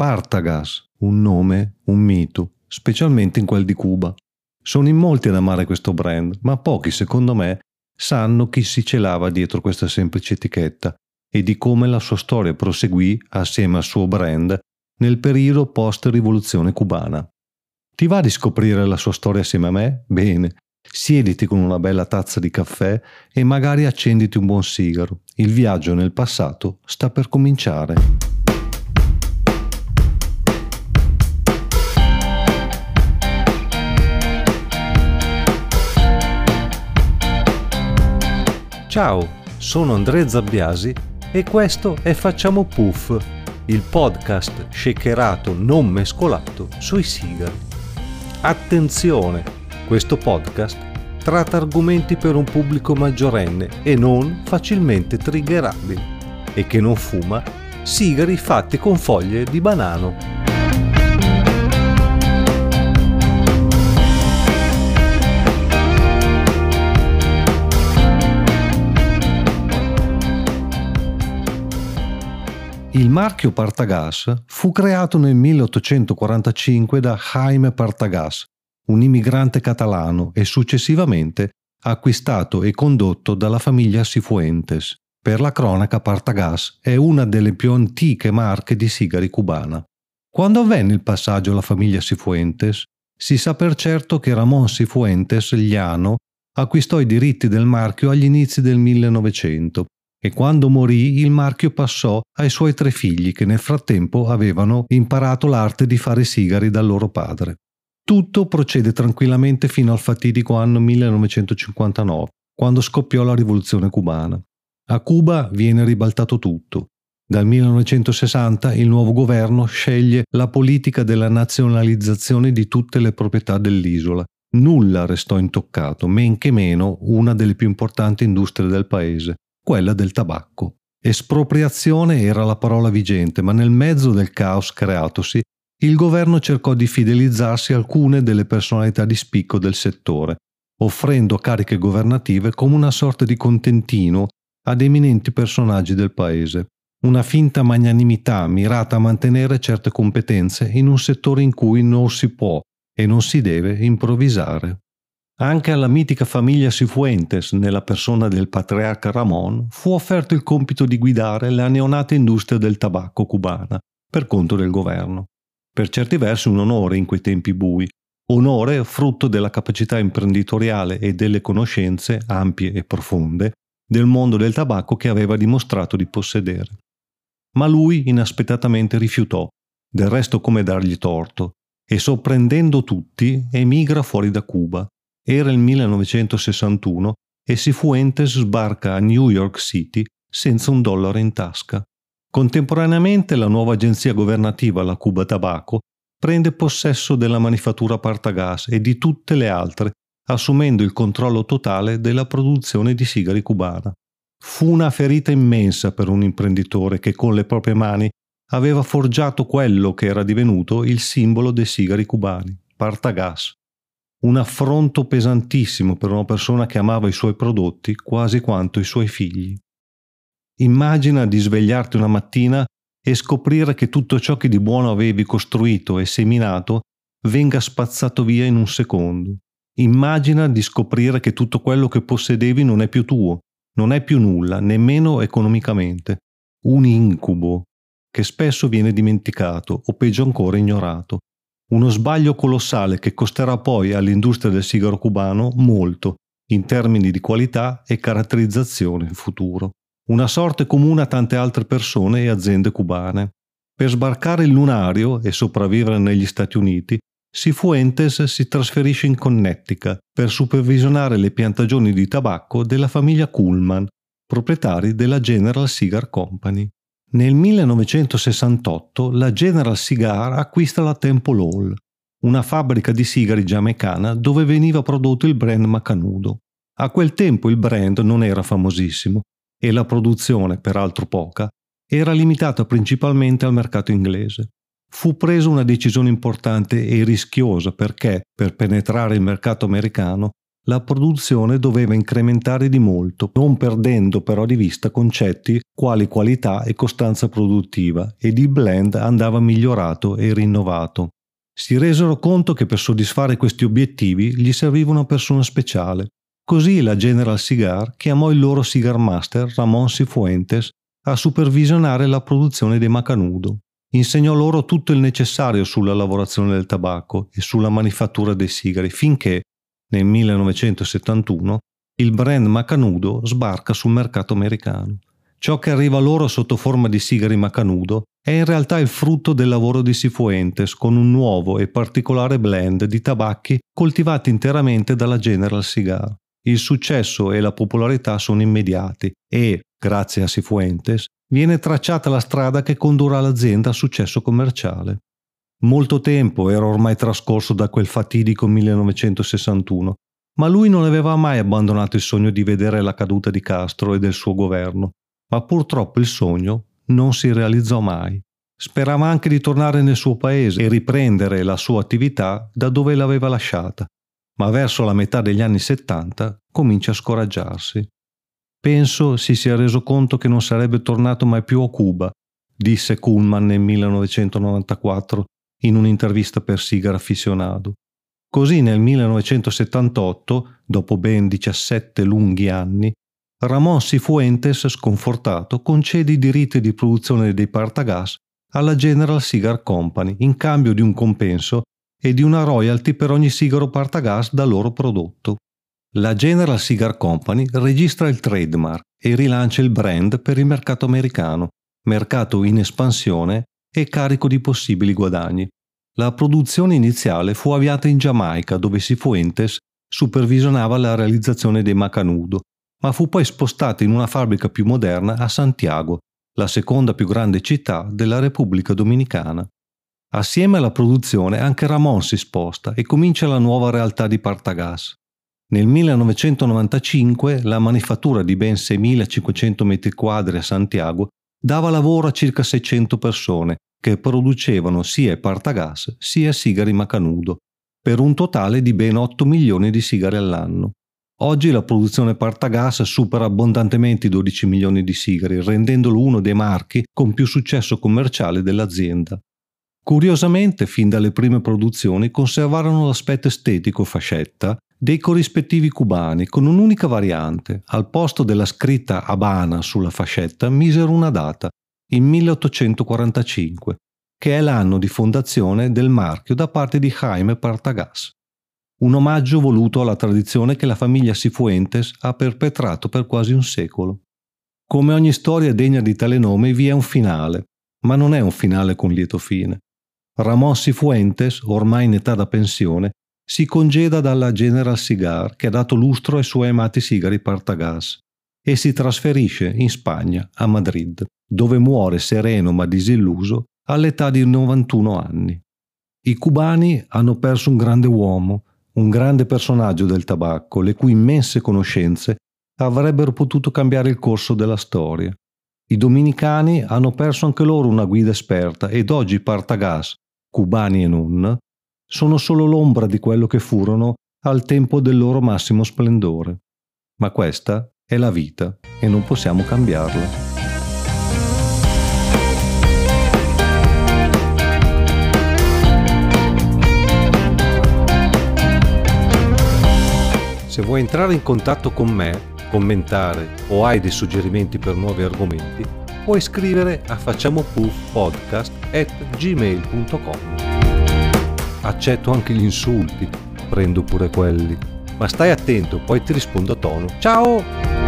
Partagas, un nome, un mito, specialmente in quel di Cuba. Sono in molti ad amare questo brand, ma pochi, secondo me, sanno chi si celava dietro questa semplice etichetta e di come la sua storia proseguì assieme al suo brand nel periodo post-rivoluzione cubana. Ti va di scoprire la sua storia assieme a me? Bene, siediti con una bella tazza di caffè e magari accenditi un buon sigaro. Il viaggio nel passato sta per cominciare. Ciao, sono Andrea Zabbiasi e questo è Facciamo Puff, il podcast shakerato non mescolato sui sigari. Attenzione, questo podcast tratta argomenti per un pubblico maggiorenne e non facilmente triggerabili e che non fuma sigari fatti con foglie di banano. Il marchio Partagas fu creato nel 1845 da Jaime Partagas, un immigrante catalano e successivamente acquistato e condotto dalla famiglia Cifuentes. Per la cronaca, Partagas è una delle più antiche marche di sigari cubana. Quando avvenne il passaggio alla famiglia Cifuentes, si sa per certo che Ramón Cifuentes Llano acquistò i diritti del marchio agli inizi del 1900. E quando morì il marchio passò ai suoi 3 figli che nel frattempo avevano imparato l'arte di fare sigari dal loro padre. Tutto procede tranquillamente fino al fatidico anno 1959, quando scoppiò la rivoluzione cubana. A Cuba viene ribaltato tutto. Dal 1960 il nuovo governo sceglie la politica della nazionalizzazione di tutte le proprietà dell'isola. Nulla restò intoccato, men che meno una delle più importanti industrie del paese, quella del tabacco. Espropriazione era la parola vigente, ma nel mezzo del caos creatosi, il governo cercò di fidelizzarsi a alcune delle personalità di spicco del settore, offrendo cariche governative come una sorta di contentino ad eminenti personaggi del paese. Una finta magnanimità mirata a mantenere certe competenze in un settore in cui non si può e non si deve improvvisare. Anche alla mitica famiglia Cifuentes, nella persona del patriarca Ramón, fu offerto il compito di guidare la neonata industria del tabacco cubana, per conto del governo. Per certi versi un onore in quei tempi bui, onore frutto della capacità imprenditoriale e delle conoscenze, ampie e profonde, del mondo del tabacco che aveva dimostrato di possedere. Ma lui inaspettatamente rifiutò, del resto come dargli torto, e sorprendendo tutti emigra fuori da Cuba. Era il 1961 e Cifuentes sbarca a New York City senza $1 in tasca. Contemporaneamente la nuova agenzia governativa, la Cuba Tobacco, prende possesso della manifattura Partagas e di tutte le altre, assumendo il controllo totale della produzione di sigari cubana. Fu una ferita immensa per un imprenditore che con le proprie mani aveva forgiato quello che era divenuto il simbolo dei sigari cubani, Partagas. Un affronto pesantissimo per una persona che amava i suoi prodotti quasi quanto i suoi figli. Immagina di svegliarti una mattina e scoprire che tutto ciò che di buono avevi costruito e seminato venga spazzato via in un secondo. Immagina di scoprire che tutto quello che possedevi non è più tuo, non è più nulla, nemmeno economicamente. Un incubo che spesso viene dimenticato o peggio ancora ignorato. Uno sbaglio colossale che costerà poi all'industria del sigaro cubano molto, in termini di qualità e caratterizzazione in futuro. Una sorte comune a tante altre persone e aziende cubane. Per sbarcare il lunario e sopravvivere negli Stati Uniti, Cifuentes si trasferisce in Connecticut per supervisionare le piantagioni di tabacco della famiglia Kuhlman, proprietari della General Cigar Company. Nel 1968 la General Cigar acquista la Temple Hall, una fabbrica di sigari giamaicana dove veniva prodotto il brand Macanudo. A quel tempo il brand non era famosissimo e la produzione, peraltro poca, era limitata principalmente al mercato inglese. Fu presa una decisione importante e rischiosa perché, per penetrare il mercato americano, la produzione doveva incrementare di molto, non perdendo però di vista concetti quali qualità e costanza produttiva, ed il blend andava migliorato e rinnovato. Si resero conto che per soddisfare questi obiettivi gli serviva una persona speciale. Così la General Cigar chiamò il loro Cigar Master Ramon Cifuentes a supervisionare la produzione dei Macanudo. Insegnò loro tutto il necessario sulla lavorazione del tabacco e sulla manifattura dei sigari, finché, nel 1971, il brand Macanudo sbarca sul mercato americano. Ciò che arriva loro sotto forma di sigari Macanudo è in realtà il frutto del lavoro di Cifuentes con un nuovo e particolare blend di tabacchi coltivati interamente dalla General Cigar. Il successo e la popolarità sono immediati e, grazie a Cifuentes, viene tracciata la strada che condurrà l'azienda a successo commerciale. Molto tempo era ormai trascorso da quel fatidico 1961, ma lui non aveva mai abbandonato il sogno di vedere la caduta di Castro e del suo governo, ma purtroppo il sogno non si realizzò mai. Sperava anche di tornare nel suo paese e riprendere la sua attività da dove l'aveva lasciata, ma verso la metà degli anni 70 comincia a scoraggiarsi. Penso si sia reso conto che non sarebbe tornato mai più a Cuba, disse Kuhlman nel 1994 in un'intervista per Cigar Aficionado. Così nel 1978, dopo ben 17 lunghi anni, Ramon Cifuentes, sconfortato, concede i diritti di produzione dei Partagas alla General Cigar Company in cambio di un compenso e di una royalty per ogni sigaro Partagas da loro prodotto. La General Cigar Company registra il trademark e rilancia il brand per il mercato americano, mercato in espansione e carico di possibili guadagni. La produzione iniziale fu avviata in Giamaica, dove Cifuentes supervisionava la realizzazione dei Macanudo, ma fu poi spostata in una fabbrica più moderna a Santiago, la seconda più grande città della Repubblica Dominicana. Assieme alla produzione anche Ramon si sposta e comincia la nuova realtà di Partagas. Nel 1995 la manifattura di ben 6.500 metri quadri a Santiago dava lavoro a circa 600 persone che producevano sia Partagas sia sigari Macanudo, per un totale di ben 8 milioni di sigari all'anno. Oggi la produzione Partagas supera abbondantemente i 12 milioni di sigari, rendendolo uno dei marchi con più successo commerciale dell'azienda. Curiosamente, fin dalle prime produzioni conservarono l'aspetto estetico fascetta dei corrispettivi cubani con un'unica variante. Al posto della scritta Habana sulla fascetta misero una data, il 1845, che è l'anno di fondazione del marchio da parte di Jaime Partagas. Un omaggio voluto alla tradizione che la famiglia Cifuentes ha perpetrato per quasi un secolo. Come ogni storia degna di tale nome vi è un finale, ma non è un finale con lieto fine. Ramon Cifuentes, ormai in età da pensione, si congeda dalla General Cigar che ha dato lustro ai suoi amati sigari Partagas e si trasferisce in Spagna, a Madrid, dove muore sereno ma disilluso all'età di 91 anni. I cubani hanno perso un grande uomo, un grande personaggio del tabacco, le cui immense conoscenze avrebbero potuto cambiare il corso della storia. I dominicani hanno perso anche loro una guida esperta ed oggi i Partagas, cubani e non, sono solo l'ombra di quello che furono al tempo del loro massimo splendore. Ma questa è la vita e non possiamo cambiarla. Se vuoi entrare in contatto con me, commentare o hai dei suggerimenti per nuovi argomenti, puoi scrivere a facciamopuffpodcast@gmail.com. Accetto anche gli insulti, prendo pure quelli, ma stai attento, poi ti rispondo a tono. Ciao!